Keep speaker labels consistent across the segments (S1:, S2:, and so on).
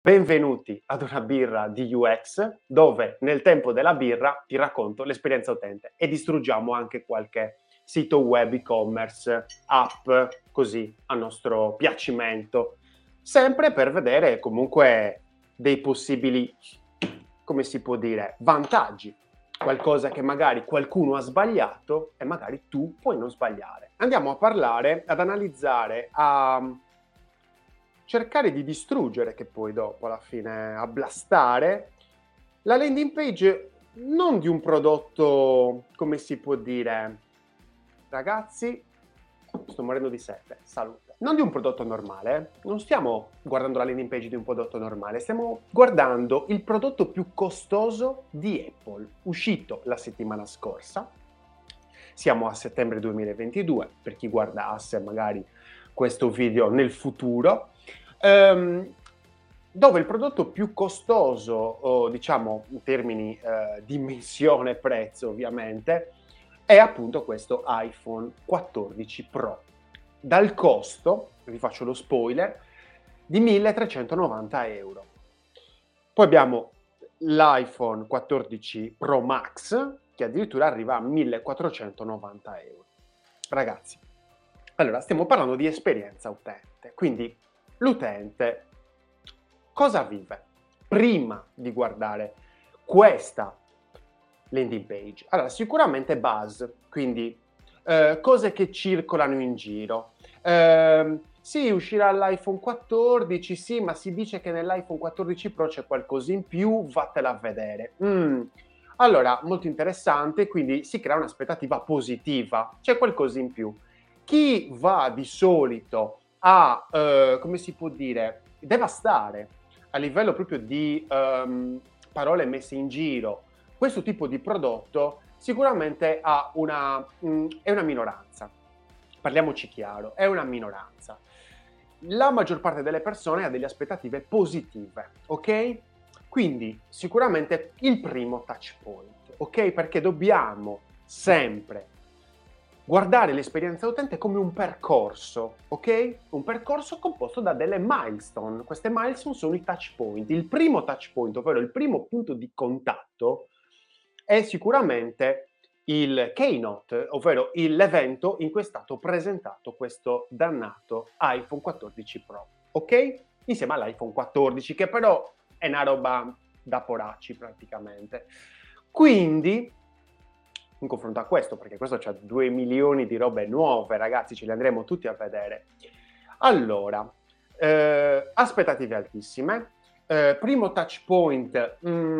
S1: Benvenuti ad una birra di UX, dove nel tempo della birra ti racconto l'esperienza utente e distruggiamo anche qualche sito web e-commerce, app, così a nostro piacimento, sempre per vedere comunque dei possibili, come si può dire, vantaggi, qualcosa che magari qualcuno ha sbagliato e magari tu puoi non sbagliare. Andiamo a parlare, ad analizzare, a cercare di distruggere, che poi dopo alla fine a blastare, la landing page non di un prodotto, come si può dire, ragazzi, sto morendo di sete, salute. Non di un prodotto normale, non stiamo guardando la landing page di un prodotto normale, stiamo guardando il prodotto più costoso di Apple, uscito la settimana scorsa. Siamo a settembre 2022, per chi guardasse magari questo video nel futuro, dove il prodotto più costoso, o diciamo in termini dimensione prezzo ovviamente, è appunto questo iPhone 14 Pro. Dal costo, vi faccio lo spoiler, di 1.390 euro. Poi abbiamo l'iPhone 14 Pro Max, che addirittura arriva a 1.490 euro. Ragazzi, allora stiamo parlando di esperienza utente, quindi l'utente cosa vive prima di guardare questa landing page? Allora, sicuramente buzz, quindi cose che circolano in giro. Sì, uscirà l'iPhone 14, sì, ma si dice che nell'iPhone 14 Pro c'è qualcosa in più, vattela a vedere. Allora, molto interessante, quindi si crea un'aspettativa positiva, c'è qualcosa in più. Chi va di solito a, come si può dire, devastare a livello proprio di parole messe in giro questo tipo di prodotto, sicuramente ha è una minoranza. Parliamoci chiaro, è una minoranza. La maggior parte delle persone ha delle aspettative positive, ok? Quindi sicuramente il primo touch point, ok? Perché dobbiamo sempre guardare l'esperienza utente come un percorso, ok? Un percorso composto da delle milestone. Queste milestone sono i touch point. Il primo touch point, ovvero il primo punto di contatto, è sicuramente il keynote, ovvero l'evento in cui è stato presentato questo dannato iPhone 14 Pro, ok? Insieme all'iPhone 14, che però è una roba da poracci praticamente. Quindi, in confronto a questo, perché questo c'ha 2 milioni di robe nuove, ragazzi, ce le andremo tutti a vedere. Allora, aspettative altissime. Primo touch point,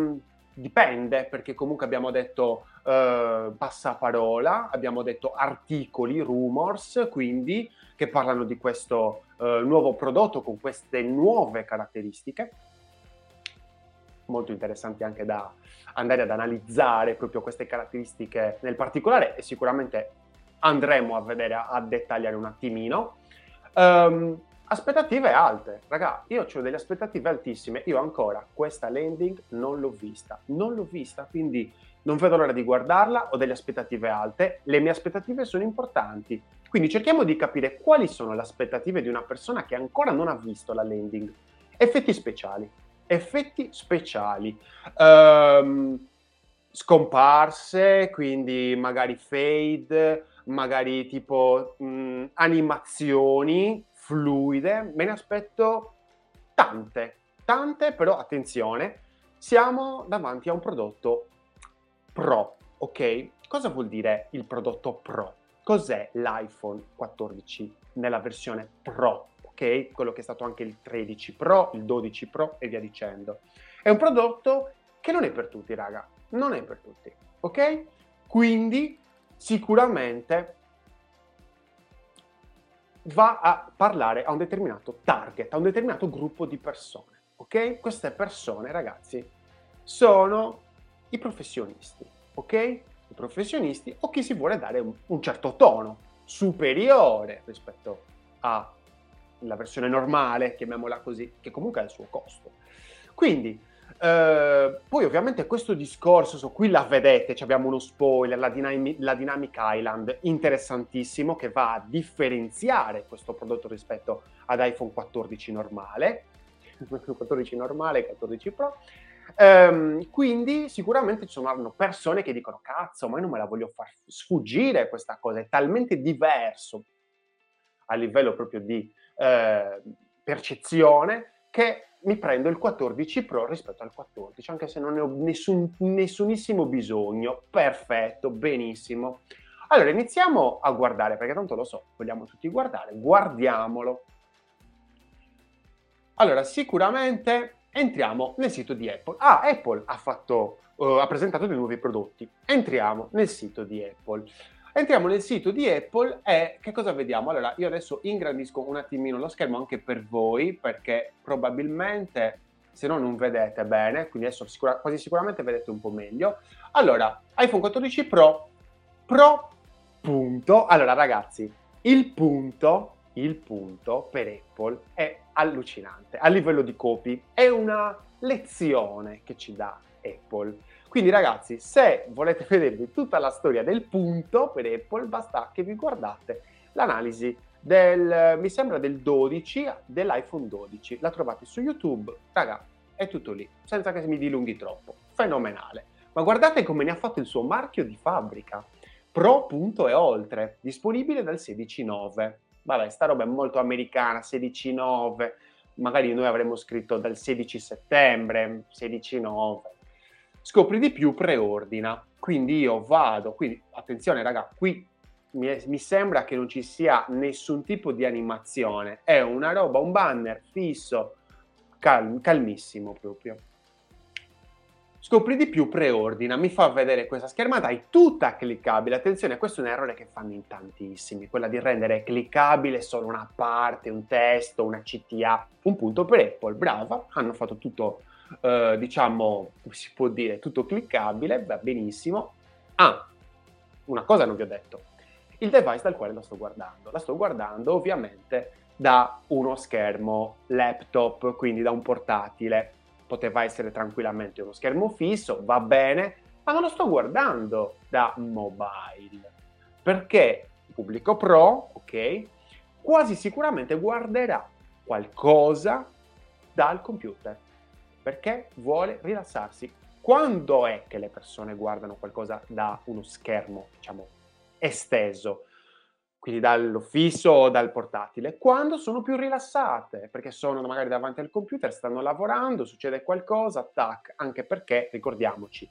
S1: dipende, perché comunque abbiamo detto passaparola, abbiamo detto articoli, rumors, quindi, che parlano di questo nuovo prodotto con queste nuove caratteristiche, molto interessanti anche da andare ad analizzare proprio queste caratteristiche nel particolare, e sicuramente andremo a vedere, a dettagliare un attimino. Aspettative alte, raga, io ho delle aspettative altissime, io ancora questa landing non l'ho vista, quindi non vedo l'ora di guardarla, ho delle aspettative alte, le mie aspettative sono importanti, quindi cerchiamo di capire quali sono le aspettative di una persona che ancora non ha visto la landing. Effetti speciali, scomparse, quindi magari fade, magari tipo animazioni fluide, me ne aspetto tante, però attenzione, siamo davanti a un prodotto Pro, ok? Cosa vuol dire il prodotto Pro? Cos'è l'iPhone 14 nella versione Pro? Ok? Quello che è stato anche il 13 Pro, il 12 Pro e via dicendo. È un prodotto che non è per tutti, raga, non è per tutti, ok? Quindi sicuramente va a parlare a un determinato target, a un determinato gruppo di persone, ok? Queste persone, ragazzi, sono i professionisti, ok? I professionisti o chi si vuole dare un certo tono superiore rispetto alla versione normale, chiamiamola così, che comunque ha il suo costo. Quindi, poi ovviamente questo discorso, qui la vedete, abbiamo uno spoiler, la Dynamic Island, interessantissimo, che va a differenziare questo prodotto rispetto ad iPhone 14 normale. 14 normale, 14 Pro. Quindi sicuramente ci saranno persone che dicono cazzo, ma io non me la voglio far sfuggire questa cosa, è talmente diverso a livello proprio di percezione che mi prendo il 14 Pro rispetto al 14, anche se non ne ho nessunissimo bisogno. Perfetto, benissimo. Allora iniziamo a guardare, perché tanto lo so, vogliamo tutti guardare, guardiamolo. Allora, sicuramente entriamo nel sito di Apple. Apple ha presentato dei nuovi prodotti. Entriamo nel sito di Apple. Entriamo nel sito di Apple e che cosa vediamo? Allora, io adesso ingrandisco un attimino lo schermo anche per voi, perché probabilmente se no non vedete bene, quindi adesso quasi sicuramente vedete un po' meglio. Allora, iPhone 14 Pro, punto. Allora ragazzi, il punto per Apple è allucinante. A livello di copy è una lezione che ci dà Apple. Quindi ragazzi, se volete vedervi tutta la storia del punto per Apple, basta che vi guardate l'analisi mi sembra del 12, dell'iPhone 12. La trovate su YouTube, raga, è tutto lì, senza che mi dilunghi troppo. Fenomenale. Ma guardate come ne ha fatto il suo marchio di fabbrica. Pro punto e oltre, disponibile dal 16/9. Vabbè, sta roba è molto americana, 16/9. Magari noi avremmo scritto dal 16 settembre, 16/9. Scopri di più, preordina. Quindi io vado, quindi attenzione raga, qui mi sembra che non ci sia nessun tipo di animazione, è una roba, un banner fisso, calmissimo proprio. Scopri di più, preordina, mi fa vedere questa schermata, è tutta cliccabile. Attenzione, questo è un errore che fanno in tantissimi, quella di rendere cliccabile solo una parte, un testo, una CTA, un punto per Apple. Brava, hanno fatto tutto, diciamo, come si può dire, tutto cliccabile, va benissimo. Una cosa non vi ho detto, il device dal quale la sto guardando ovviamente da uno schermo laptop, quindi da un portatile. Poteva essere tranquillamente uno schermo fisso, va bene, ma non lo sto guardando da mobile, perché il pubblico pro, ok, quasi sicuramente guarderà qualcosa dal computer, perché vuole rilassarsi. Quando è che le persone guardano qualcosa da uno schermo, diciamo, esteso? Quindi dallo fisso o dal portatile, quando sono più rilassate, perché sono magari davanti al computer, stanno lavorando, succede qualcosa, tac, anche perché, ricordiamoci,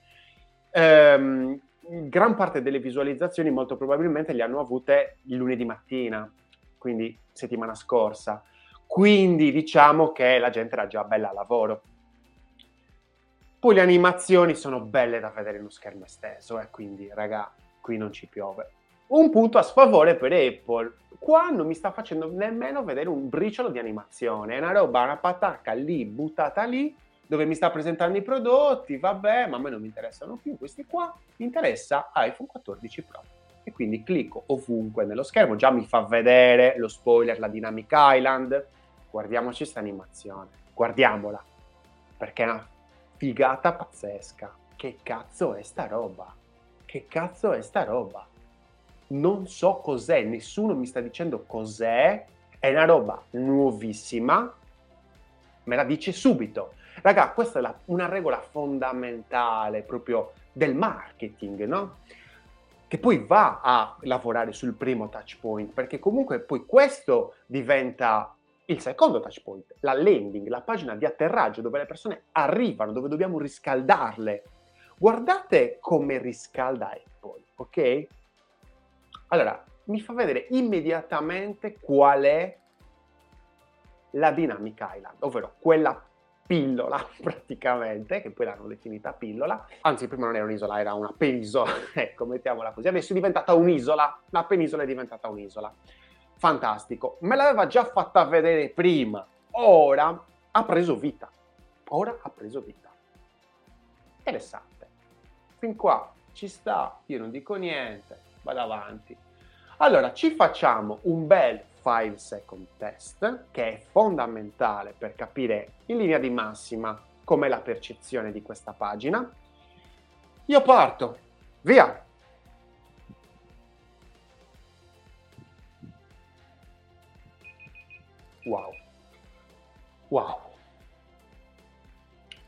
S1: gran parte delle visualizzazioni molto probabilmente le hanno avute il lunedì mattina, quindi settimana scorsa, quindi diciamo che la gente era già bella a lavoro. Poi le animazioni sono belle da vedere in uno schermo esteso, quindi raga, qui non ci piove. Un punto a sfavore per Apple. Qua non mi sta facendo nemmeno vedere un briciolo di animazione. È una roba, una patacca lì, buttata lì, dove mi sta presentando i prodotti, vabbè, ma a me non mi interessano più questi qua. Mi interessa iPhone 14 Pro. E quindi clicco ovunque nello schermo, già mi fa vedere lo spoiler, la Dynamic Island. Guardiamoci questa animazione, guardiamola, perché è una figata pazzesca. Che cazzo è sta roba? Che cazzo è sta roba? Non so cos'è, nessuno mi sta dicendo cos'è, è una roba nuovissima, me la dice subito. Raga, questa è una regola fondamentale proprio del marketing, no? Che poi va a lavorare sul primo touch point, perché comunque poi questo diventa il secondo touch point, la landing, la pagina di atterraggio dove le persone arrivano, dove dobbiamo riscaldarle. Guardate come riscalda Apple, ok? Allora, mi fa vedere immediatamente qual è la Dynamic Island, ovvero quella pillola praticamente, che poi l'hanno definita pillola, anzi prima non era un'isola, era una penisola, ecco, mettiamola così, adesso è diventata un'isola, la penisola è diventata un'isola. Fantastico, me l'aveva già fatta vedere prima, ora ha preso vita, Interessante, fin qua ci sta, io non dico niente, vado avanti. Allora, ci facciamo un bel 5 second test, che è fondamentale per capire in linea di massima com'è la percezione di questa pagina. Io parto, via! Wow.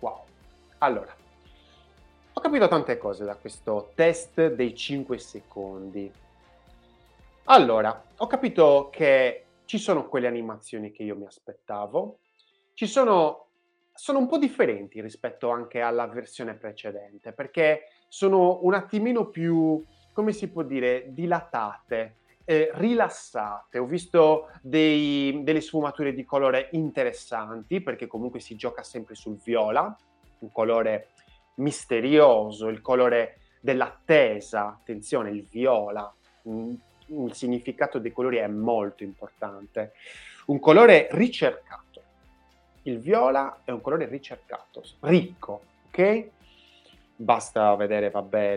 S1: Wow. Allora, ho capito tante cose da questo test dei 5 secondi. Allora, ho capito che ci sono quelle animazioni che io mi aspettavo, ci sono un po' differenti rispetto anche alla versione precedente, perché sono un attimino più, come si può dire, dilatate, rilassate. Ho visto delle sfumature di colore interessanti, perché comunque si gioca sempre sul viola, un colore misterioso, il colore dell'attesa. Attenzione, il viola, il significato dei colori è molto importante. Un colore ricercato. Il viola è un colore ricercato, ricco, ok? Basta vedere, vabbè,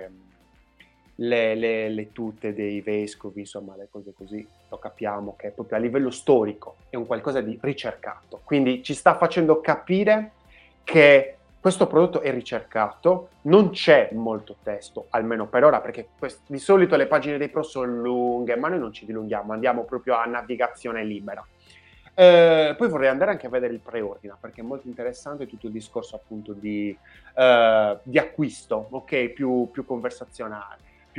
S1: le tute dei vescovi, insomma, le cose così, lo capiamo che proprio a livello storico è un qualcosa di ricercato. Quindi ci sta facendo capire che questo prodotto è ricercato, non c'è molto testo, almeno per ora, perché di solito le pagine dei pro sono lunghe, ma noi non ci dilunghiamo, andiamo proprio a navigazione libera. Poi vorrei andare anche a vedere il preordine, perché è molto interessante tutto il discorso appunto di acquisto, ok? Più conversazionale,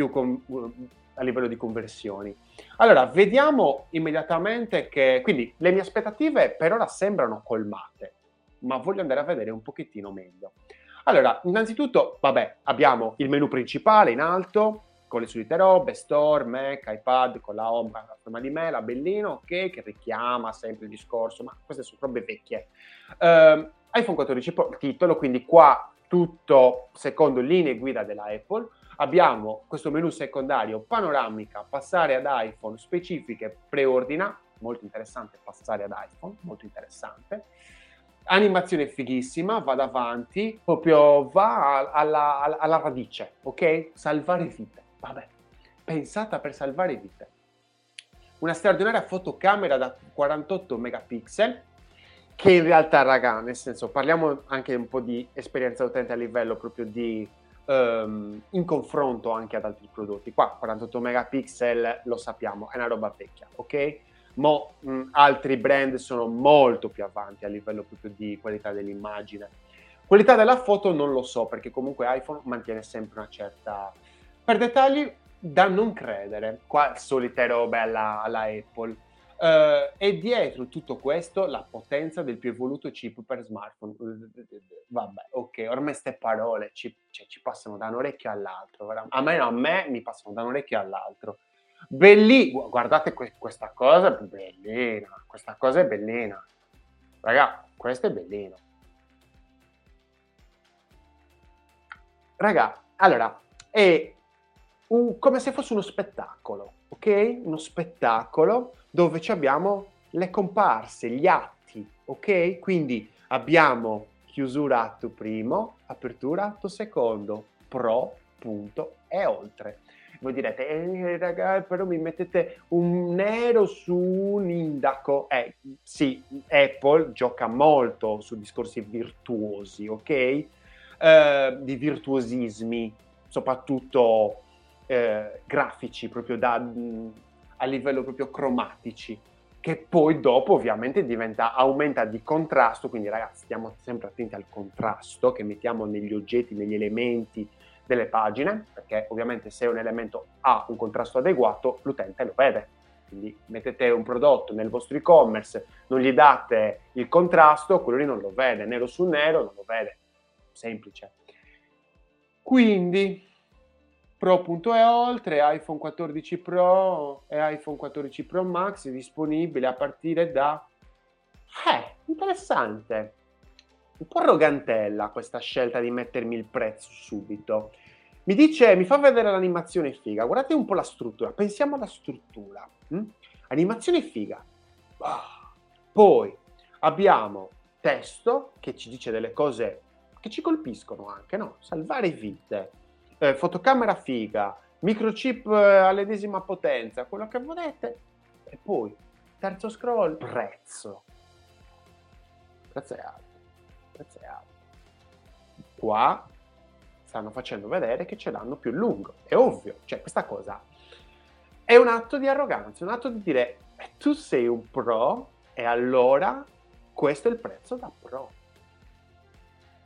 S1: a livello di conversioni. Allora, vediamo immediatamente che, quindi le mie aspettative per ora sembrano colmate, ma voglio andare a vedere un pochettino meglio. Allora, innanzitutto, vabbè, abbiamo il menu principale in alto, con le solite robe, Store, Mac, iPad, con la home a forma di mela, bellino, ok, che richiama sempre il discorso, ma queste sono robe vecchie. iPhone 14 Pro, il titolo, quindi qua tutto secondo linee guida della Apple. Abbiamo questo menu secondario panoramica, passare ad iPhone, specifiche, preordina, molto interessante passare ad iPhone, molto interessante. Animazione fighissima, va davanti, proprio va alla radice, ok? Salvare vite, vabbè, pensata per salvare vite. Una straordinaria fotocamera da 48 megapixel, che in realtà, raga, nel senso, parliamo anche un po' di esperienza utente a livello proprio di in confronto anche ad altri prodotti. Qua 48 megapixel lo sappiamo, è una roba vecchia, ok? Altri brand sono molto più avanti a livello proprio di qualità dell'immagine. Qualità della foto non lo so, perché comunque iPhone mantiene sempre una certa... Per dettagli da non credere, qua solite robe alla Apple. E dietro tutto questo la potenza del più evoluto chip per smartphone. Vabbè, ok, ormai ste parole ci passano da un orecchio all'altro. A me mi passano da un orecchio all'altro. Guardate questa cosa è bellina, questa cosa è bellina. Raga, questo è bellino. Raga, allora, è come se fosse uno spettacolo, ok? Uno spettacolo dove abbiamo le comparse, gli atti, ok? Quindi abbiamo chiusura atto primo, apertura atto secondo, pro, punto e oltre. Voi direte, raga, però mi mettete un nero su un indaco. Sì, Apple gioca molto su discorsi virtuosi, ok? Di virtuosismi, soprattutto grafici, proprio a livello proprio cromatici, che poi dopo ovviamente aumenta di contrasto, quindi ragazzi stiamo sempre attenti al contrasto che mettiamo negli oggetti, negli elementi delle pagine, perché ovviamente se un elemento ha un contrasto adeguato l'utente lo vede. Quindi mettete un prodotto nel vostro e-commerce, non gli date il contrasto, quello lì non lo vede, nero su nero non lo vede, semplice. Quindi Pro punto e oltre, iPhone 14 Pro e iPhone 14 Pro Max disponibile a partire da... interessante. Un po' arrogantella questa scelta di mettermi il prezzo subito. Mi fa vedere l'animazione figa. Guardate un po' la struttura. Pensiamo alla struttura. Animazione figa. Poi abbiamo testo che ci dice delle cose che ci colpiscono anche, no? Salvare vite. Fotocamera figa, microchip all'ennesima potenza, quello che volete. E poi, terzo scroll, prezzo. Prezzo è alto. Qua stanno facendo vedere che ce l'hanno più lungo. È ovvio, cioè questa cosa è un atto di arroganza, un atto di dire tu sei un pro e allora questo è il prezzo da pro.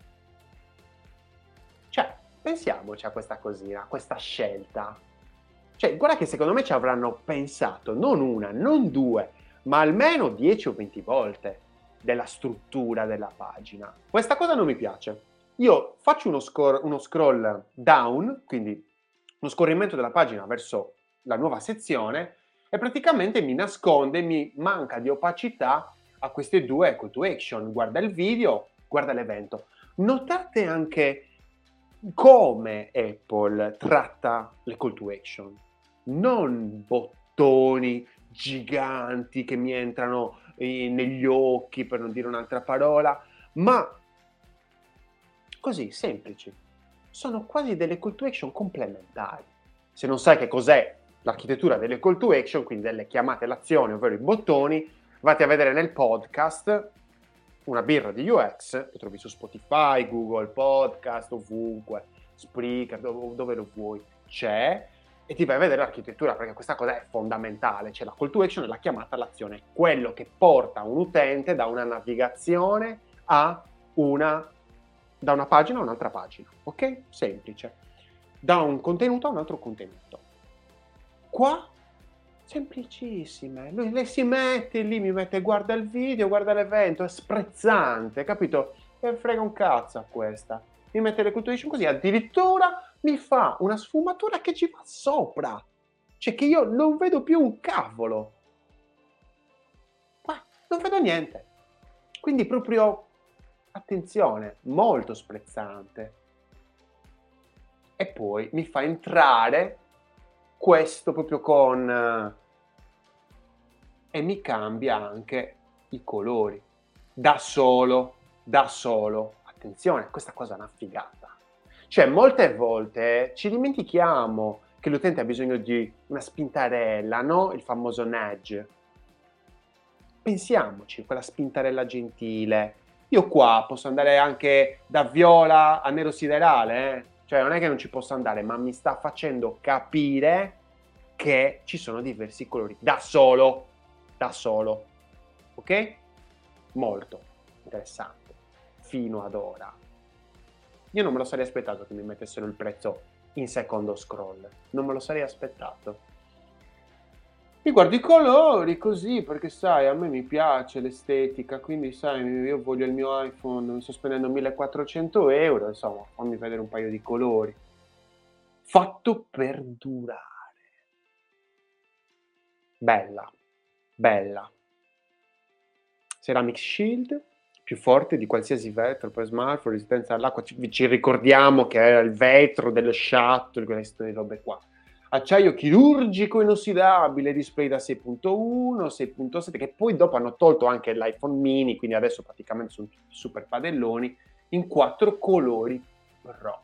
S1: Pensiamoci a questa cosina, a questa scelta. Cioè, guarda che secondo me ci avranno pensato non una, non due, ma almeno 10 o 20 volte della struttura della pagina. Questa cosa non mi piace. Io faccio uno scroll down, quindi uno scorrimento della pagina verso la nuova sezione, e praticamente mi nasconde, mi manca di opacità a queste due call to action. Guarda il video, guarda l'evento. Notate anche come Apple tratta le call to action. Non bottoni giganti che mi entrano negli occhi, per non dire un'altra parola, ma così, semplici. Sono quasi delle call to action complementari. Se non sai che cos'è l'architettura delle call to action, quindi delle chiamate all'azione, ovvero i bottoni, vatti a vedere nel podcast Una birra di UX, lo trovi su Spotify, Google Podcast, ovunque, Spreaker, dove lo vuoi, c'è, e ti vai a vedere l'architettura, perché questa cosa è fondamentale. Cioè la call to action è la chiamata all'azione, quello che porta un utente da una navigazione da una pagina a un'altra pagina, ok? Semplice. Da un contenuto a un altro contenuto. Qua, semplicissime. Lei si mette lì, mi mette, guarda il video, guarda l'evento, è sprezzante, capito? E frega un cazzo a questa. Mi mette le call to action così, addirittura mi fa una sfumatura che ci va sopra. Cioè che io non vedo più un cavolo. Qua, non vedo niente. Quindi proprio, attenzione, molto sprezzante. E poi mi fa entrare questo proprio e mi cambia anche i colori da solo. Attenzione, questa cosa è una figata. Cioè molte volte ci dimentichiamo che l'utente ha bisogno di una spintarella, no? Il famoso nudge. Pensiamoci, quella spintarella gentile. Io qua posso andare anche da viola a nero siderale, Cioè non è che non ci posso andare, ma mi sta facendo capire che ci sono diversi colori da solo, ok? Molto interessante, fino ad ora. Io non me lo sarei aspettato che mi mettessero il prezzo in secondo scroll, non me lo sarei aspettato. Mi guardo i colori così, perché sai, a me mi piace l'estetica, quindi sai, io voglio il mio iPhone, mi sto spendendo 1.400 euro, insomma, fammi vedere un paio di colori. Fatto per durare. Bella. Ceramic Shield, più forte di qualsiasi vetro per smartphone, resistenza all'acqua, ci ricordiamo che era il vetro dello shuttle, queste robe qua. Acciaio chirurgico inossidabile, display da 6.1, 6.7, che poi dopo hanno tolto anche l'iPhone mini, quindi adesso praticamente sono tutti super padelloni, in 4 colori Pro.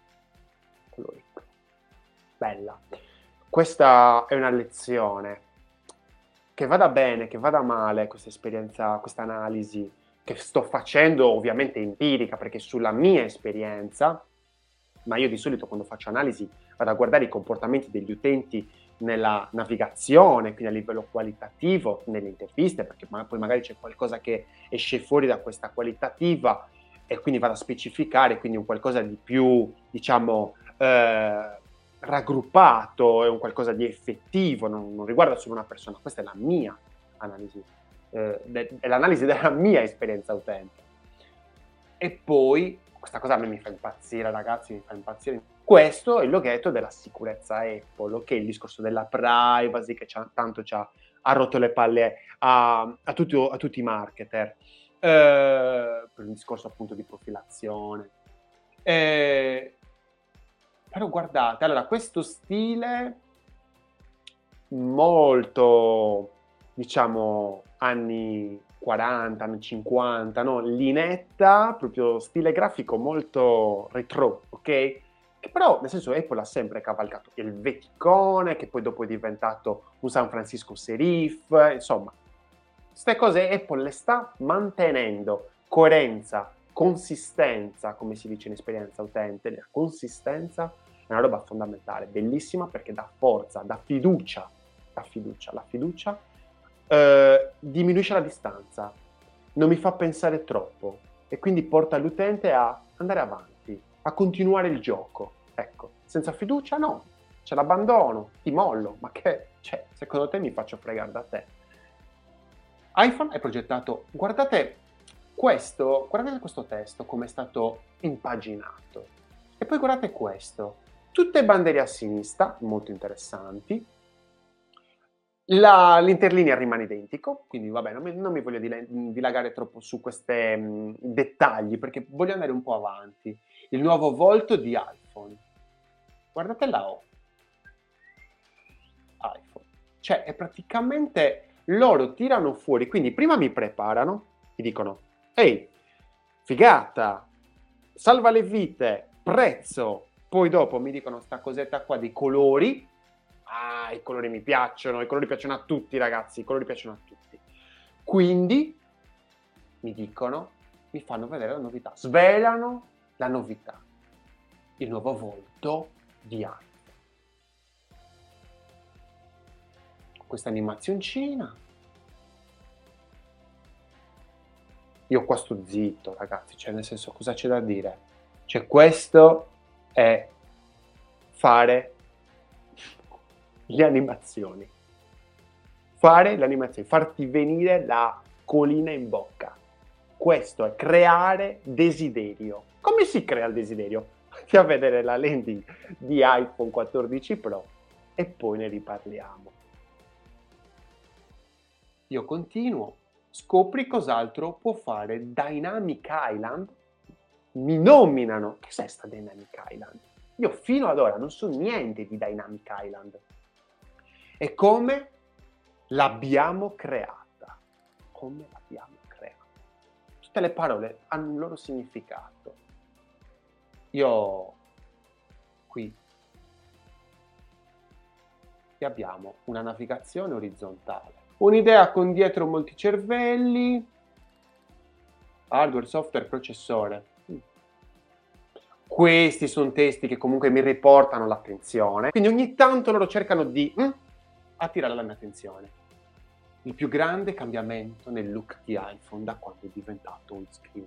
S1: Bella. Questa è una lezione. Che vada bene, che vada male questa esperienza, questa analisi che sto facendo ovviamente empirica, perché sulla mia esperienza, ma io di solito quando faccio analisi vado a guardare i comportamenti degli utenti nella navigazione, quindi a livello qualitativo, nelle interviste, perché poi magari c'è qualcosa che esce fuori da questa qualitativa e quindi vado a specificare, quindi un qualcosa di più, diciamo, raggruppato, è un qualcosa di effettivo, non riguarda solo una persona. Questa è la mia analisi, è l'analisi della mia esperienza utente. E poi questa cosa a me mi fa impazzire, ragazzi, mi fa impazzire. Questo è il loghetto della sicurezza Apple, ok? Il discorso della privacy che tanto ha rotto le palle a tutti i marketer, per un discorso appunto di profilazione. Però guardate, allora questo stile molto, diciamo, anni 40, anni 50, no? Linetta, proprio stile grafico molto retro, ok? Che però, nel senso, Apple ha sempre cavalcato il veticone, che poi dopo è diventato un San Francisco serif, insomma. Queste cose Apple le sta mantenendo, coerenza, consistenza, come si dice in esperienza utente, la consistenza è una roba fondamentale, bellissima perché dà forza, dà fiducia, la fiducia diminuisce la distanza, non mi fa pensare troppo e quindi porta l'utente a andare avanti, a continuare il gioco. Ecco, senza fiducia no, ce l'abbandono, ti mollo, ma che, cioè, secondo te mi faccio fregare da te? iPhone è progettato, guardate questo testo come è stato impaginato. E poi guardate questo, tutte bandiere a sinistra, molto interessanti. L'interlinea rimane identico, quindi vabbè, non mi voglio dilagare troppo su questi dettagli, perché voglio andare un po' avanti. Il nuovo volto di iPhone. Guardate la O. iPhone. Cioè, è praticamente loro tirano fuori, quindi prima mi preparano, mi dicono, ehi, figata, salva le vite, prezzo, poi dopo mi dicono sta cosetta qua dei colori. Ah, i colori mi piacciono, i colori piacciono a tutti, ragazzi, i colori piacciono a tutti. Quindi mi dicono, mi fanno vedere la novità, svelano la novità, il nuovo volto di iPhone. Questa animazioncina. Io qua sto zitto, ragazzi, cioè nel senso, cosa c'è da dire? Cioè questo è fare le animazioni. Fare le animazioni, farti venire la colina in bocca. Questo è creare desiderio. Come si crea il desiderio? Fatti a vedere la landing di iPhone 14 Pro e poi ne riparliamo. Io continuo. Scopri cos'altro può fare Dynamic Island. Mi nominano. Che cos'è sta Dynamic Island? Io fino ad ora non so niente di Dynamic Island. E come l'abbiamo creata? Come l'abbiamo creata? Tutte le parole hanno un loro significato. Io qui abbiamo una navigazione orizzontale. Un'idea con dietro molti cervelli, hardware, software, processore. Questi sono testi che comunque mi riportano l'attenzione, quindi ogni tanto loro cercano di attirare la mia attenzione. Il più grande cambiamento nel look di iPhone da quando è diventato on screen.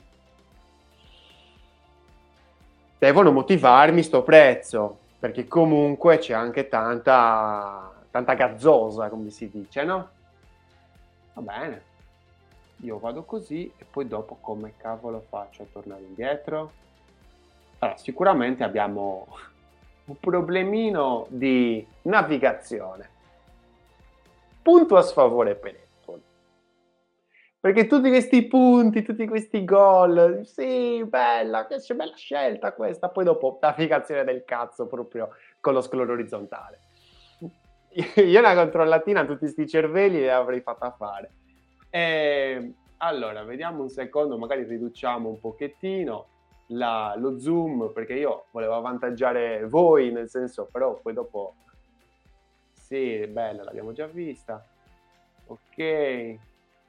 S1: Devono motivarmi sto prezzo, perché comunque c'è anche tanta gazzosa, come si dice, no? Va bene, io vado così e poi dopo come cavolo faccio a tornare indietro? Allora, sicuramente abbiamo un problemino di navigazione. Punto a sfavore per Apple. Perché tutti questi punti, tutti questi gol, sì, bella, che bella scelta questa. Poi dopo navigazione del cazzo proprio con lo scroll orizzontale. Io una controllatina a tutti questi cervelli le avrei fatta fare. Allora, vediamo un secondo, magari riduciamo un pochettino lo zoom, perché io volevo avvantaggiare voi, nel senso, però poi dopo sì, bella, l'abbiamo già vista. Ok,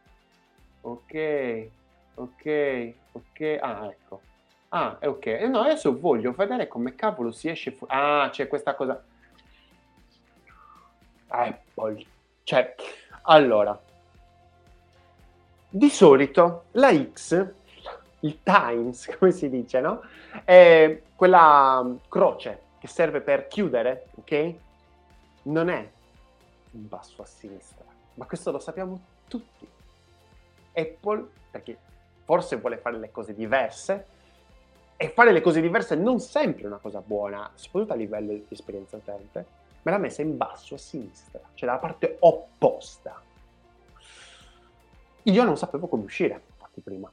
S1: ah, ecco. Ah, è ok. No, adesso voglio vedere come cavolo si esce fuori. Ah, c'è questa cosa. Apple. Cioè, allora, di solito la X, il Times, come si dice, no? È quella croce che serve per chiudere, ok? Non è in basso a sinistra, ma questo lo sappiamo tutti. Apple, perché forse vuole fare le cose diverse, e fare le cose diverse non sempre è una cosa buona, soprattutto a livello di esperienza utente, me l'ha messa in basso a sinistra, cioè dalla parte opposta. Io non sapevo come uscire, infatti prima.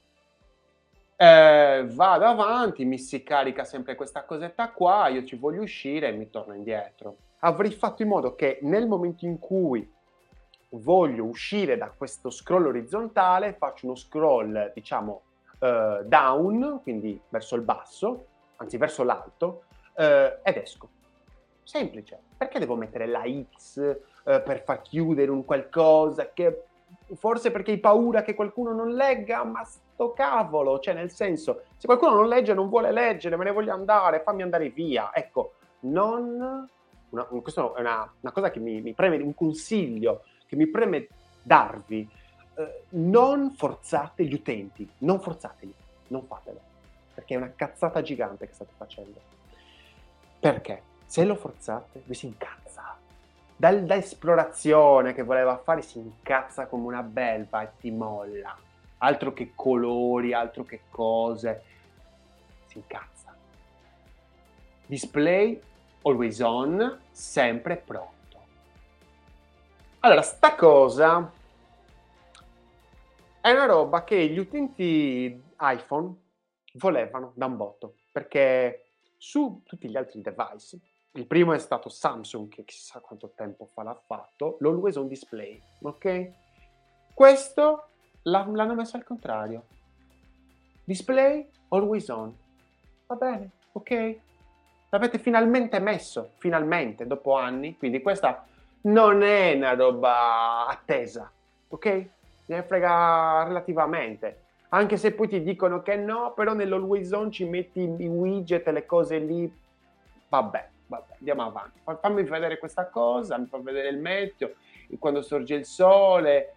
S1: Vado avanti, mi si carica sempre questa cosetta qua, io ci voglio uscire e mi torno indietro. Avrei fatto in modo che nel momento in cui voglio uscire da questo scroll orizzontale, faccio uno scroll, diciamo, down, quindi verso il basso, anzi verso l'alto, ed esco. Semplice. Perché devo mettere la X per far chiudere un qualcosa che forse perché hai paura che qualcuno non legga, ma sto cavolo, cioè nel senso, se qualcuno non legge non vuole leggere, me ne voglio andare, fammi andare via. Ecco, questa è una cosa che mi preme, un consiglio che mi preme darvi. Non forzate gli utenti, non forzateli, non fatelo. perché è una cazzata gigante che state facendo. Perché? Se lo forzate, lui si incazza. Da esplorazione che voleva fare si incazza come una belva e ti molla. Altro che colori, altro che cose. Si incazza. Display always on, sempre pronto. Allora, sta cosa è una roba che gli utenti iPhone volevano da un botto, perché su tutti gli altri device, il primo è stato Samsung, che chissà quanto tempo fa l'ha fatto, l'Always On Display, ok? Questo l'hanno messo al contrario. Display Always On. Va bene, ok? L'avete finalmente messo, finalmente, dopo anni, quindi questa non è una roba attesa, ok? Ne frega relativamente. Anche se poi ti dicono che no, però nell'Always On ci metti i widget e le cose lì. Vabbè, andiamo avanti. Fammi vedere questa cosa, mi fa vedere il meteo, quando sorge il sole,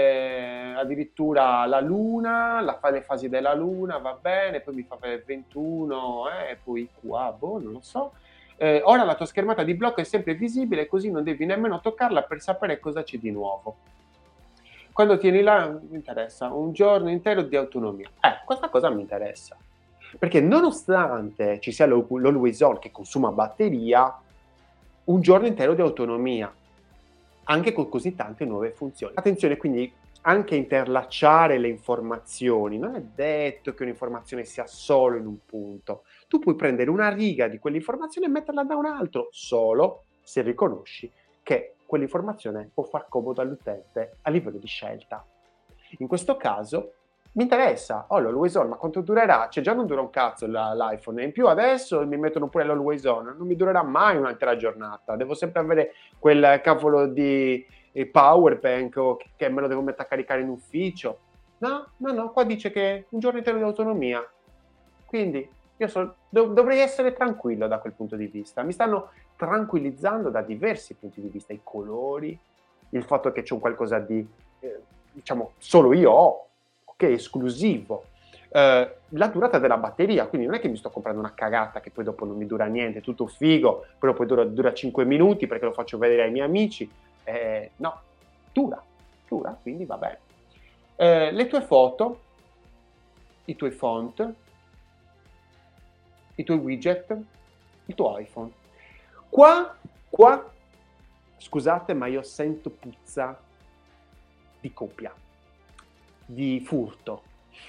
S1: addirittura la luna, le fasi della luna, va bene, poi mi fa vedere 21, poi qua, boh, non lo so. Ora la tua schermata di blocco è sempre visibile, così non devi nemmeno toccarla per sapere cosa c'è di nuovo. Quando tieni là, mi interessa, un giorno intero di autonomia. Questa cosa mi interessa. Perché nonostante ci sia l'Always On che consuma batteria, un giorno intero di autonomia, anche con così tante nuove funzioni. Attenzione, quindi, anche interlacciare le informazioni. Non è detto che un'informazione sia solo in un punto. Tu puoi prendere una riga di quell'informazione e metterla da un altro, solo se riconosci che quell'informazione può far comodo all'utente a livello di scelta. In questo caso mi interessa, l'Always On, ma quanto durerà? Cioè già non dura un cazzo l'iPhone, e in più adesso mi mettono pure l'Always On, non mi durerà mai un'altra giornata, devo sempre avere quel cavolo di power bank che me lo devo mettere a caricare in ufficio. No, qua dice che un giorno intero di autonomia, quindi io dovrei essere tranquillo da quel punto di vista. Mi stanno tranquillizzando da diversi punti di vista, i colori, il fatto che c'è un qualcosa di, diciamo, solo io ho, ok, esclusivo. La durata della batteria, quindi non è che mi sto comprando una cagata che poi dopo non mi dura niente, tutto figo, però poi dura 5 minuti perché lo faccio vedere ai miei amici. No, dura, quindi va bene. Le tue foto, i tuoi font, i tuoi widget, il tuo iPhone. Qua, scusate, ma io sento puzza di copia, di furto.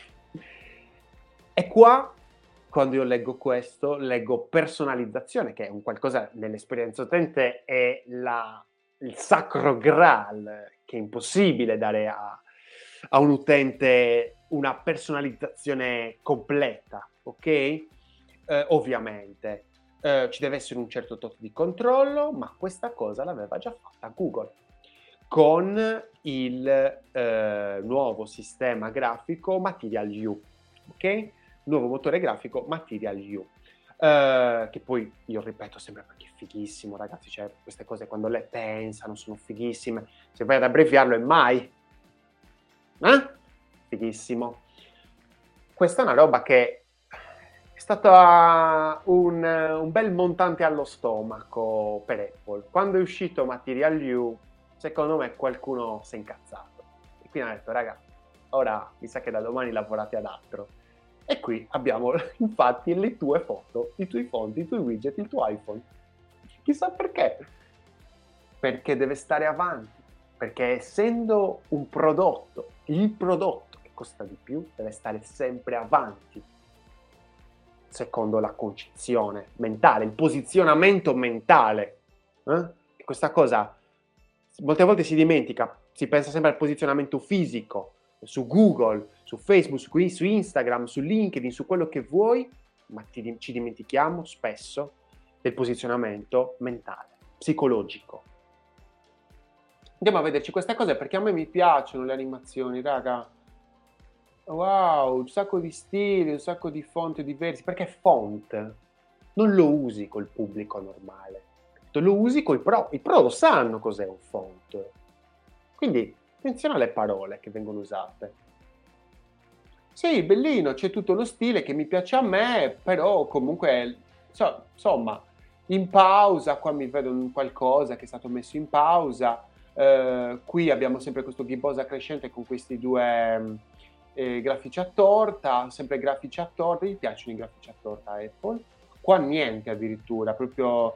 S1: E qua, quando io leggo questo, leggo personalizzazione, che è un qualcosa nell'esperienza utente, è il sacro graal, che è impossibile dare a un utente una personalizzazione completa, ok? Ovviamente. Ci deve essere un certo tot di controllo, ma questa cosa l'aveva già fatta Google con il nuovo sistema grafico Material U, ok? Nuovo motore grafico Material U, che poi io ripeto sempre perché è fighissimo, ragazzi, cioè queste cose quando le pensano sono fighissime, se vai ad abbreviarlo è mai, fighissimo. Questa è una roba che è stata un bel montante allo stomaco per Apple. Quando è uscito Material U, secondo me qualcuno si è incazzato. E quindi ha detto, raga, ora mi sa che da domani lavorate ad altro. E qui abbiamo infatti le tue foto, i tuoi fonti, i tuoi widget, il tuo iPhone. Chissà perché. Perché deve stare avanti. Perché essendo un prodotto, il prodotto che costa di più, deve stare sempre avanti. Secondo la concezione mentale, il posizionamento mentale. E questa cosa molte volte si dimentica, si pensa sempre al posizionamento fisico, su Google, su Facebook, su Instagram, su LinkedIn, su quello che vuoi, ma ci dimentichiamo spesso del posizionamento mentale, psicologico. Andiamo a vederci queste cose perché a me mi piacciono le animazioni, raga. Wow, un sacco di stili, un sacco di font diversi, perché font non lo usi col pubblico normale, lo usi coi pro, i pro lo sanno cos'è un font, quindi attenzione alle parole che vengono usate. Sì, bellino, c'è tutto lo stile che mi piace a me, però comunque, insomma, in pausa, qua mi vedo un qualcosa che è stato messo in pausa, qui abbiamo sempre questo gibbosa crescente con questi due grafici a torta, sempre grafici a torta, gli piacciono i grafici a torta a Apple, qua niente addirittura, proprio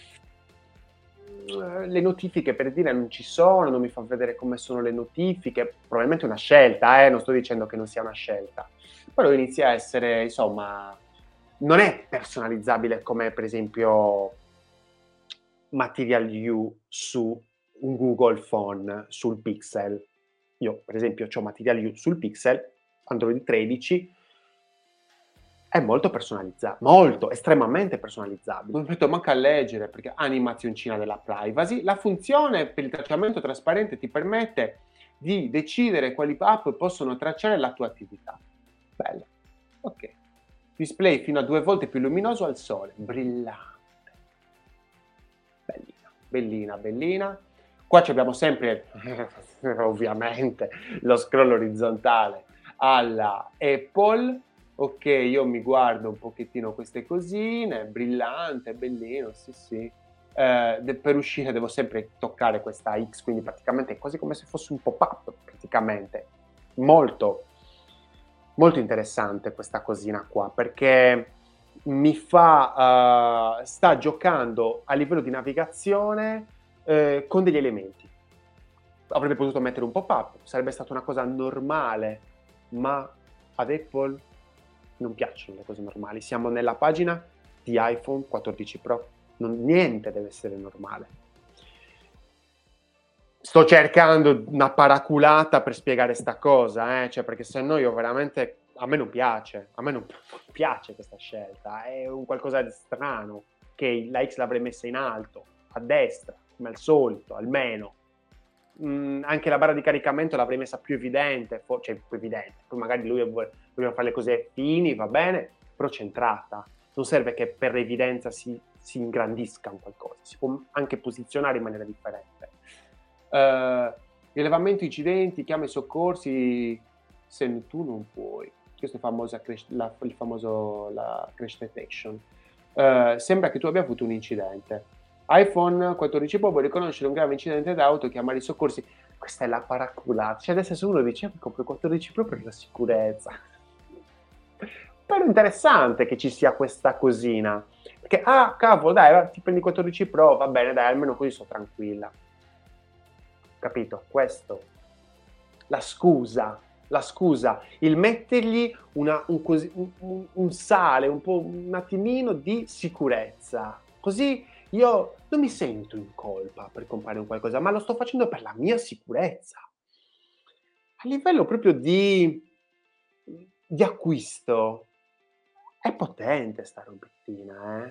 S1: le notifiche per dire non ci sono, non mi fa vedere come sono le notifiche, probabilmente è una scelta, non sto dicendo che non sia una scelta, però inizia a essere, insomma, non è personalizzabile come per esempio Material You su un Google Phone, sul Pixel. Io per esempio ho Material You sul Pixel, Android 13, è molto personalizzabile, molto, estremamente personalizzabile. Non metto manco a leggere perché animazioncina della privacy. La funzione per il tracciamento trasparente ti permette di decidere quali app possono tracciare la tua attività. Bello. Ok. Display fino a 2 volte più luminoso al sole. Brillante. Bellina, bellina, bellina. Qua abbiamo sempre, ovviamente, lo scroll orizzontale alla Apple. Ok, io mi guardo un pochettino queste cosine, brillante, bellino, sì sì. Per uscire devo sempre toccare questa X, quindi praticamente è quasi come se fosse un pop-up, praticamente. Molto, molto interessante questa cosina qua, perché mi fa, sta giocando a livello di navigazione con degli elementi. Avrebbe potuto mettere un pop-up, sarebbe stata una cosa normale, ma ad Apple non piacciono le cose normali. Siamo nella pagina di iPhone 14 Pro, niente deve essere normale. Sto cercando una paraculata per spiegare sta cosa, cioè, perché se no io veramente, a me non piace questa scelta, è un qualcosa di strano, che la X l'avrei messa in alto, a destra, come al solito, almeno. Anche la barra di caricamento l'avrei messa più evidente, cioè più evidente, poi magari lui voleva fare le cose fini, va bene, però centrata. Non serve che per l'evidenza si ingrandisca un qualcosa, si può anche posizionare in maniera differente. Rilevamento incidenti, chiama i soccorsi se tu non puoi. Questo è il famoso la crash detection. Sembra che tu abbia avuto un incidente. iPhone 14 Pro può riconoscere un grave incidente d'auto, chiamare i soccorsi. Questa è la paraculata. Cioè adesso se uno dice mi compro il 14 Pro per la sicurezza. Però è interessante che ci sia questa cosina. Perché, cavolo, dai, ti prendi il 14 Pro, va bene, dai, almeno così sto tranquilla. Capito? Questo. La scusa, il mettergli un sale, un attimino di sicurezza. Così io non mi sento in colpa per comprare un qualcosa, ma lo sto facendo per la mia sicurezza. A livello proprio di acquisto, è potente sta robettina,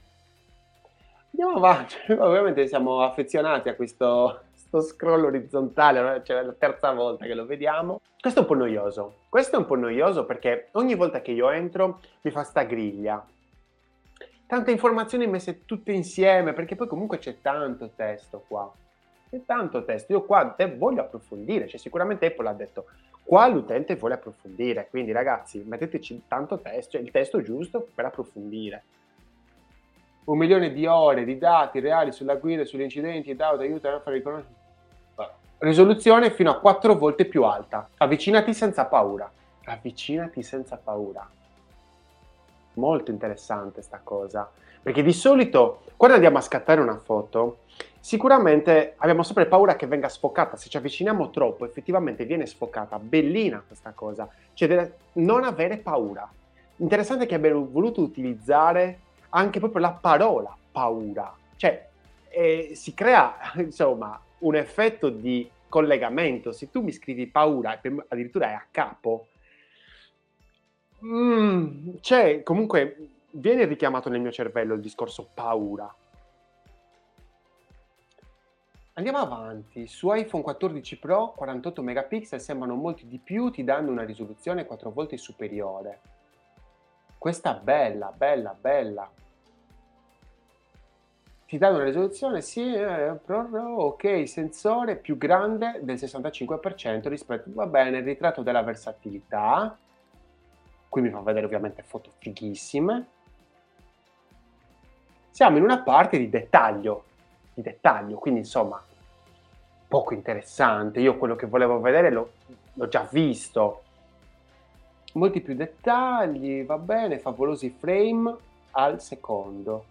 S1: Andiamo avanti, ovviamente siamo affezionati a questo scroll orizzontale, cioè è la terza volta che lo vediamo. Questo è un po' noioso perché ogni volta che io entro mi fa sta griglia. Tante informazioni messe tutte insieme, perché poi comunque c'è tanto testo qua. C'è tanto testo. Io qua voglio approfondire, cioè sicuramente Apple ha detto qua l'utente vuole approfondire, quindi ragazzi metteteci tanto testo, cioè il testo giusto per approfondire. 1 milione di ore di dati reali sulla guida, sugli incidenti ed auto aiutano a fare riconoscere. Risoluzione fino a 4 volte più alta. Avvicinati senza paura. Avvicinati senza paura. Molto interessante sta cosa. Perché di solito, quando andiamo a scattare una foto, sicuramente abbiamo sempre paura che venga sfocata. Se ci avviciniamo troppo, effettivamente viene sfocata. Bellina questa cosa. Cioè, deve non avere paura. Interessante che abbiano voluto utilizzare anche proprio la parola paura. Cioè, si crea, insomma, un effetto di collegamento. Se tu mi scrivi paura, addirittura è a capo, cioè, comunque, viene richiamato nel mio cervello il discorso paura. Andiamo avanti. Su iPhone 14 Pro 48 megapixel sembrano molti di più, ti danno una risoluzione 4 volte superiore. Questa bella, bella, bella. Ti danno una risoluzione, sì, ok, sensore più grande del 65% rispetto, va bene, il ritratto della versatilità. qui mi fa vedere ovviamente foto fighissime. Siamo in una parte di dettaglio, quindi insomma poco interessante. Io quello che volevo vedere l'ho già visto. Molti più dettagli, va bene, favolosi frame al secondo.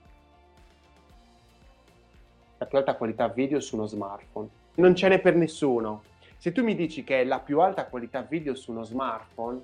S1: La più alta qualità video su uno smartphone. Non ce n'è per nessuno. Se tu mi dici che è la più alta qualità video su uno smartphone,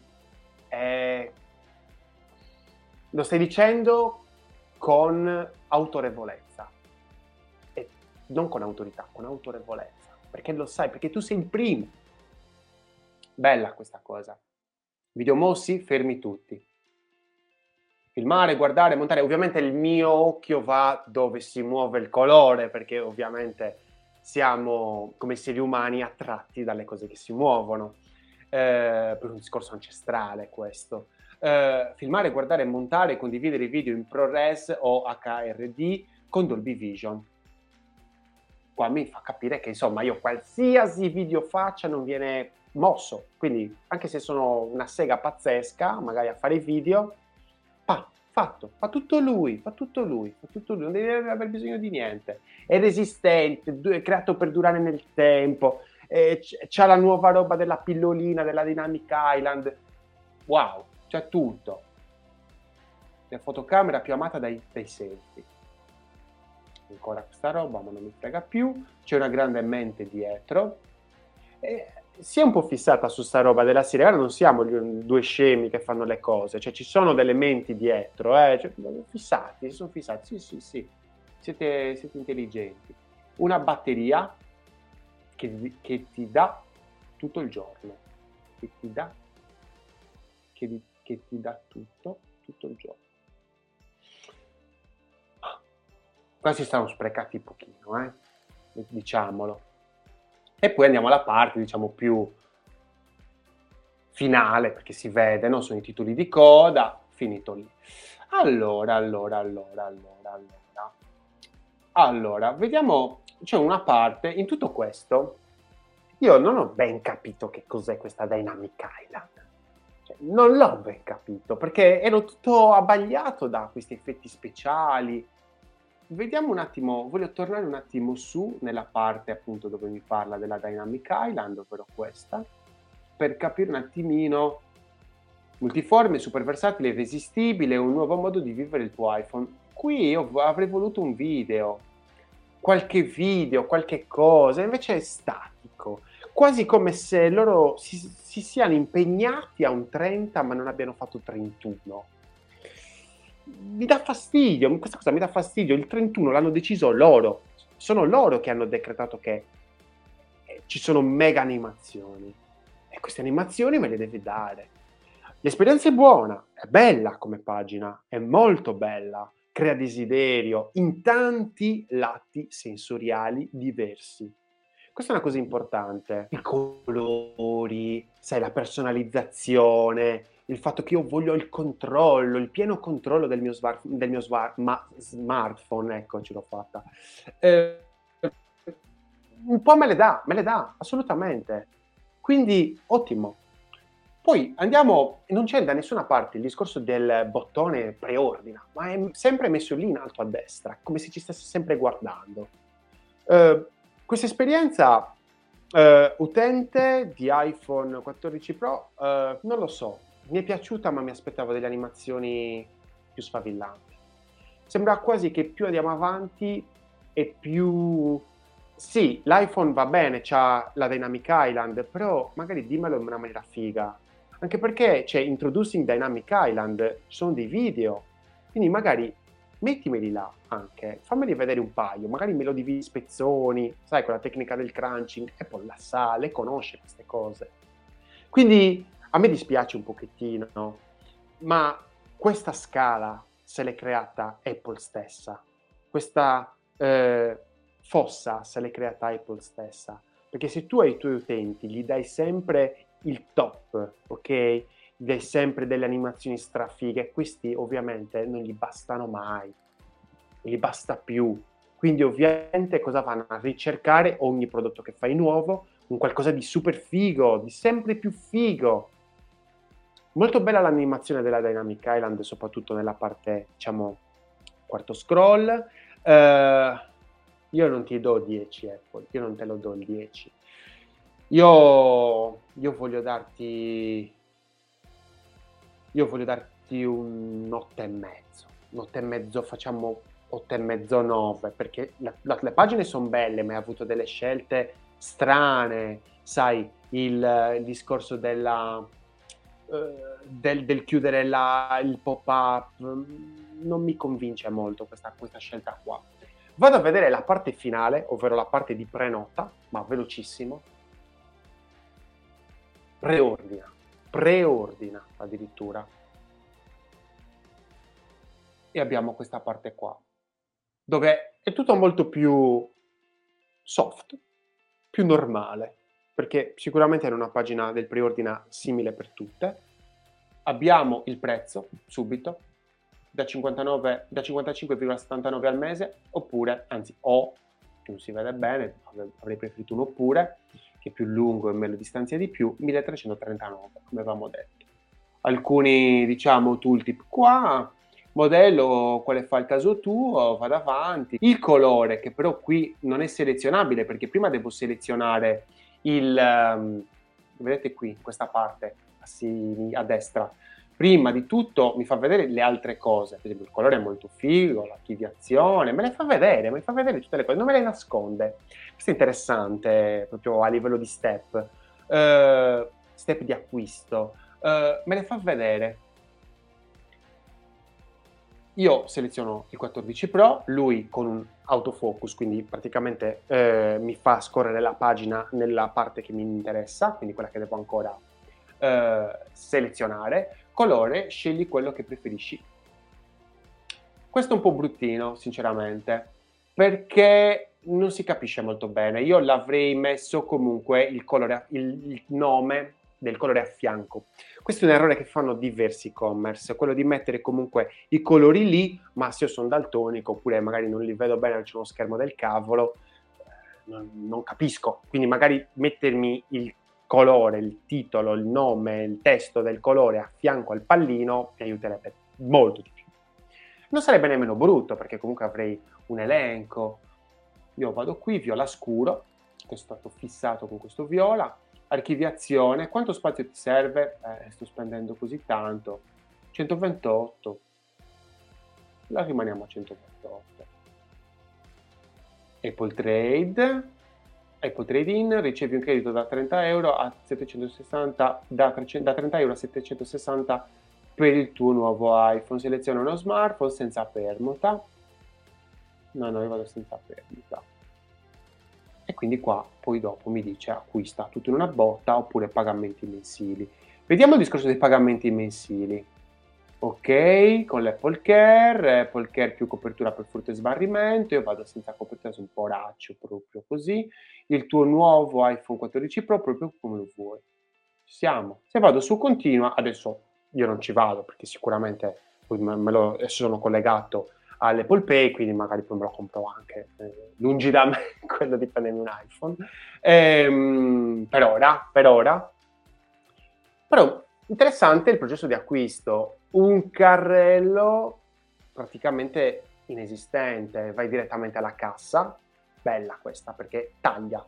S1: lo stai dicendo con autorevolezza. E non con autorità, con autorevolezza. Perché lo sai, perché tu sei il primo. Bella questa cosa. Video mossi, fermi tutti. Filmare, guardare, montare. Ovviamente il mio occhio va dove si muove il colore, perché ovviamente siamo come esseri umani attratti dalle cose che si muovono. Per un discorso ancestrale questo. Filmare, guardare, montare, condividere i video in ProRes o HRD con Dolby Vision. Qua mi fa capire che insomma io qualsiasi video faccia non viene mosso, quindi anche se sono una sega pazzesca magari a fare i video, fa tutto lui, non deve aver bisogno di niente, è resistente, è creato per durare nel tempo, c'ha la nuova roba della pillolina, della Dynamic Island, wow, c'è tutto. La fotocamera più amata dai selfie. Ancora questa roba, ma non mi frega più. C'è una grande mente dietro. Si è un po' fissata su sta roba della serie. Ora non siamo due scemi che fanno le cose, cioè ci sono delle menti dietro, cioè, fissati, sono fissati. Sì. Siete intelligenti. Una batteria che ti dà tutto il giorno. Che ti dà tutto il giorno. Quasi stanno sprecati un pochino, diciamolo. E poi andiamo alla parte, diciamo, più finale, perché si vede, no? Sono i titoli di coda, finito lì. Allora, vediamo, c'è una parte, in tutto questo, io non ho ben capito che cos'è questa Dynamic Island. Cioè, non l'ho ben capito, perché ero tutto abbagliato da questi effetti speciali. Vediamo un attimo, voglio tornare un attimo su nella parte appunto dove mi parla della Dynamic Island, ovvero questa, per capire un attimino multiforme, super versatile, irresistibile, un nuovo modo di vivere il tuo iPhone. Qui io avrei voluto un video, qualche cosa, invece è statico, quasi come se loro si siano impegnati a un 30 ma non abbiano fatto 31. Mi dà fastidio, questa cosa mi dà fastidio, il 31 l'hanno deciso loro, sono loro che hanno decretato che ci sono mega animazioni e queste animazioni me le deve dare. L'esperienza è buona, è bella come pagina, è molto bella, crea desiderio in tanti lati sensoriali diversi. Questa è una cosa importante, i colori, sai, la personalizzazione, il fatto che io voglio il controllo, il pieno controllo del mio smartphone, ecco, ce l'ho fatta. Un po' me le dà, assolutamente. Quindi, ottimo. Poi andiamo, non c'è da nessuna parte il discorso del bottone preordina, ma è sempre messo lì in alto a destra, come se ci stesse sempre guardando. Questa esperienza utente di iPhone 14 Pro, non lo so, mi è piaciuta ma mi aspettavo delle animazioni più sfavillanti. Sembra quasi che più andiamo avanti e più... Sì, l'iPhone va bene, c'ha la Dynamic Island, però magari dimmelo in una maniera figa. Anche perché c'è Introducing Dynamic Island, ci sono dei video, quindi magari mettimeli là anche, fammeli vedere un paio, magari me lo dividi in spezzoni, sai, con la tecnica del crunching, Apple la sa, le conosce queste cose. Quindi a me dispiace un pochettino, no? Ma questa scala se l'è creata Apple stessa, questa fossa se l'è creata Apple stessa, perché se tu ai tuoi utenti gli dai sempre il top, ok? Gli dai sempre delle animazioni strafighe, questi ovviamente non gli bastano mai, non gli basta più, quindi ovviamente cosa vanno a ricercare ogni prodotto che fai nuovo, un qualcosa di super figo, di sempre più figo, Molto bella l'animazione della Dynamic Island, soprattutto nella parte, diciamo, quarto scroll. Io non ti do 10 Apple, io non te lo do il 10. Io voglio darti un 8,5. Un 8,5, facciamo 8,5, 9, perché le pagine sono belle, ma hai avuto delle scelte strane, sai, il discorso del chiudere il pop-up, non mi convince molto questa scelta qua. Vado a vedere la parte finale, ovvero la parte di prenota, ma velocissimo. Preordina addirittura. E abbiamo questa parte qua, dove è tutto molto più soft, più normale, perché sicuramente è una pagina del preordina simile per tutte. Abbiamo il prezzo subito, da 55,79 al mese, oppure, anzi, non si vede bene, avrei preferito un oppure, che è più lungo e me lo distanzia di più, 1339, come avevamo detto. Alcuni, diciamo, tooltip qua, modello, quale fa il caso tuo, vado avanti. Il colore, che però qui non è selezionabile, perché prima devo selezionare vedete qui, in questa parte, a destra. Prima di tutto mi fa vedere le altre cose, per esempio il colore è molto figo, l'archiviazione, me le fa vedere, tutte le cose, non me le nasconde. Questo è interessante, proprio a livello di step di acquisto, me le fa vedere. Io seleziono il 14 Pro, lui con un autofocus, quindi praticamente mi fa scorrere la pagina nella parte che mi interessa, quindi quella che devo ancora selezionare. Colore, scegli quello che preferisci. Questo è un po' bruttino, sinceramente, perché non si capisce molto bene. Io l'avrei messo comunque il nome del colore a fianco. Questo è un errore che fanno diversi e-commerce, quello di mettere comunque i colori lì, ma se io sono daltonico oppure magari non li vedo bene, c'è uno schermo del cavolo, non capisco. Quindi magari mettermi il colore, il titolo, il nome, il testo del colore a fianco al pallino mi aiuterebbe molto di più. Non sarebbe nemmeno brutto, perché comunque avrei un elenco. Io vado qui, viola scuro, che è stato fissato con questo viola. Archiviazione, quanto spazio ti serve? Sto spendendo così tanto. 128. La rimaniamo a 128. Apple Trade-in, ricevi un credito da 30 euro a 760, da 30 euro a 760 per il tuo nuovo iPhone. Seleziona uno smartphone senza permuta. No, io vado senza permuta. E quindi qua poi dopo mi dice acquista tutto in una botta oppure pagamenti mensili. Vediamo il discorso dei pagamenti mensili. Ok, con l'Apple Care più copertura per furto e sbarrimento, io vado senza copertura, sono un po' raccio, proprio così. Il tuo nuovo iPhone 14 Pro proprio come lo vuoi. Ci siamo. Se vado su continua, adesso io non ci vado perché sicuramente poi sono collegato all'Apple Pay, quindi magari poi me lo compro anche. Lungi da me quello di prendermi un iPhone. Per ora. Però interessante il processo di acquisto. Un carrello praticamente inesistente, vai direttamente alla cassa. Bella questa perché taglia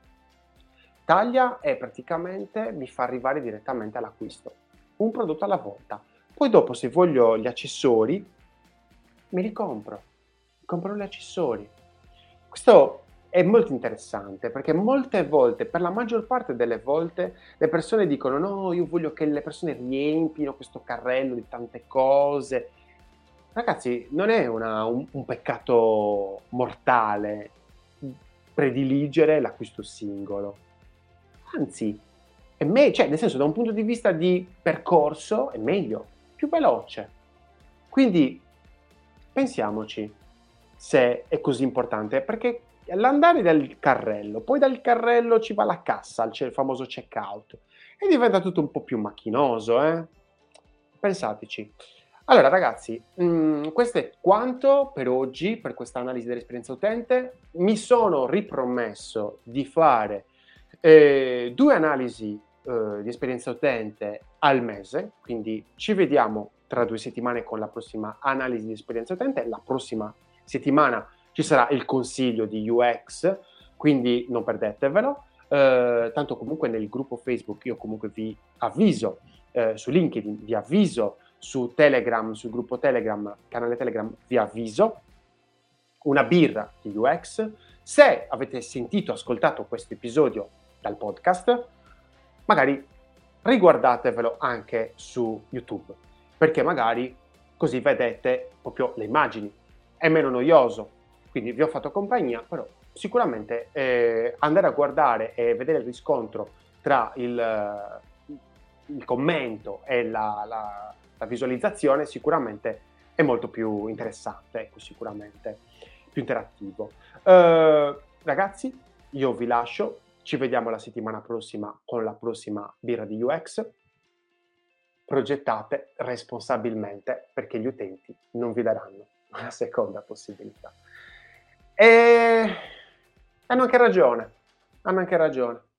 S1: e praticamente mi fa arrivare direttamente all'acquisto. Un prodotto alla volta. Poi dopo, se voglio gli accessori, me li compro gli accessori. Questo è molto interessante perché molte volte, per la maggior parte delle volte, le persone dicono no, io voglio che le persone riempino questo carrello di tante cose. Ragazzi, non è un peccato mortale prediligere l'acquisto singolo. Anzi, cioè, nel senso, da un punto di vista di percorso è meglio, più veloce. Quindi pensiamoci se è così importante, perché l'andare dal carrello, poi dal carrello ci va la cassa, il famoso checkout, e diventa tutto un po' più macchinoso, Pensateci. Allora ragazzi, questo è quanto per oggi, per questa analisi dell'esperienza utente. Mi sono ripromesso di fare 2 analisi di esperienza utente al mese, quindi ci vediamo tra 2 settimane con la prossima analisi di esperienza utente. La prossima settimana ci sarà il consiglio di UX, quindi non perdetevelo. Tanto comunque nel gruppo Facebook io comunque vi avviso, su LinkedIn vi avviso, su Telegram, sul gruppo Telegram, canale Telegram vi avviso. Una birra di UX. Se avete sentito, ascoltato questo episodio dal podcast, magari riguardatevelo anche su YouTube, perché magari così vedete proprio le immagini, è meno noioso, quindi vi ho fatto compagnia, però sicuramente andare a guardare e vedere il riscontro tra il commento e la visualizzazione sicuramente è molto più interessante, ecco, sicuramente più interattivo. Ragazzi, io vi lascio, ci vediamo la settimana prossima con la prossima birra di UX. Progettate responsabilmente perché gli utenti non vi daranno una seconda possibilità. E hanno anche ragione, hanno anche ragione.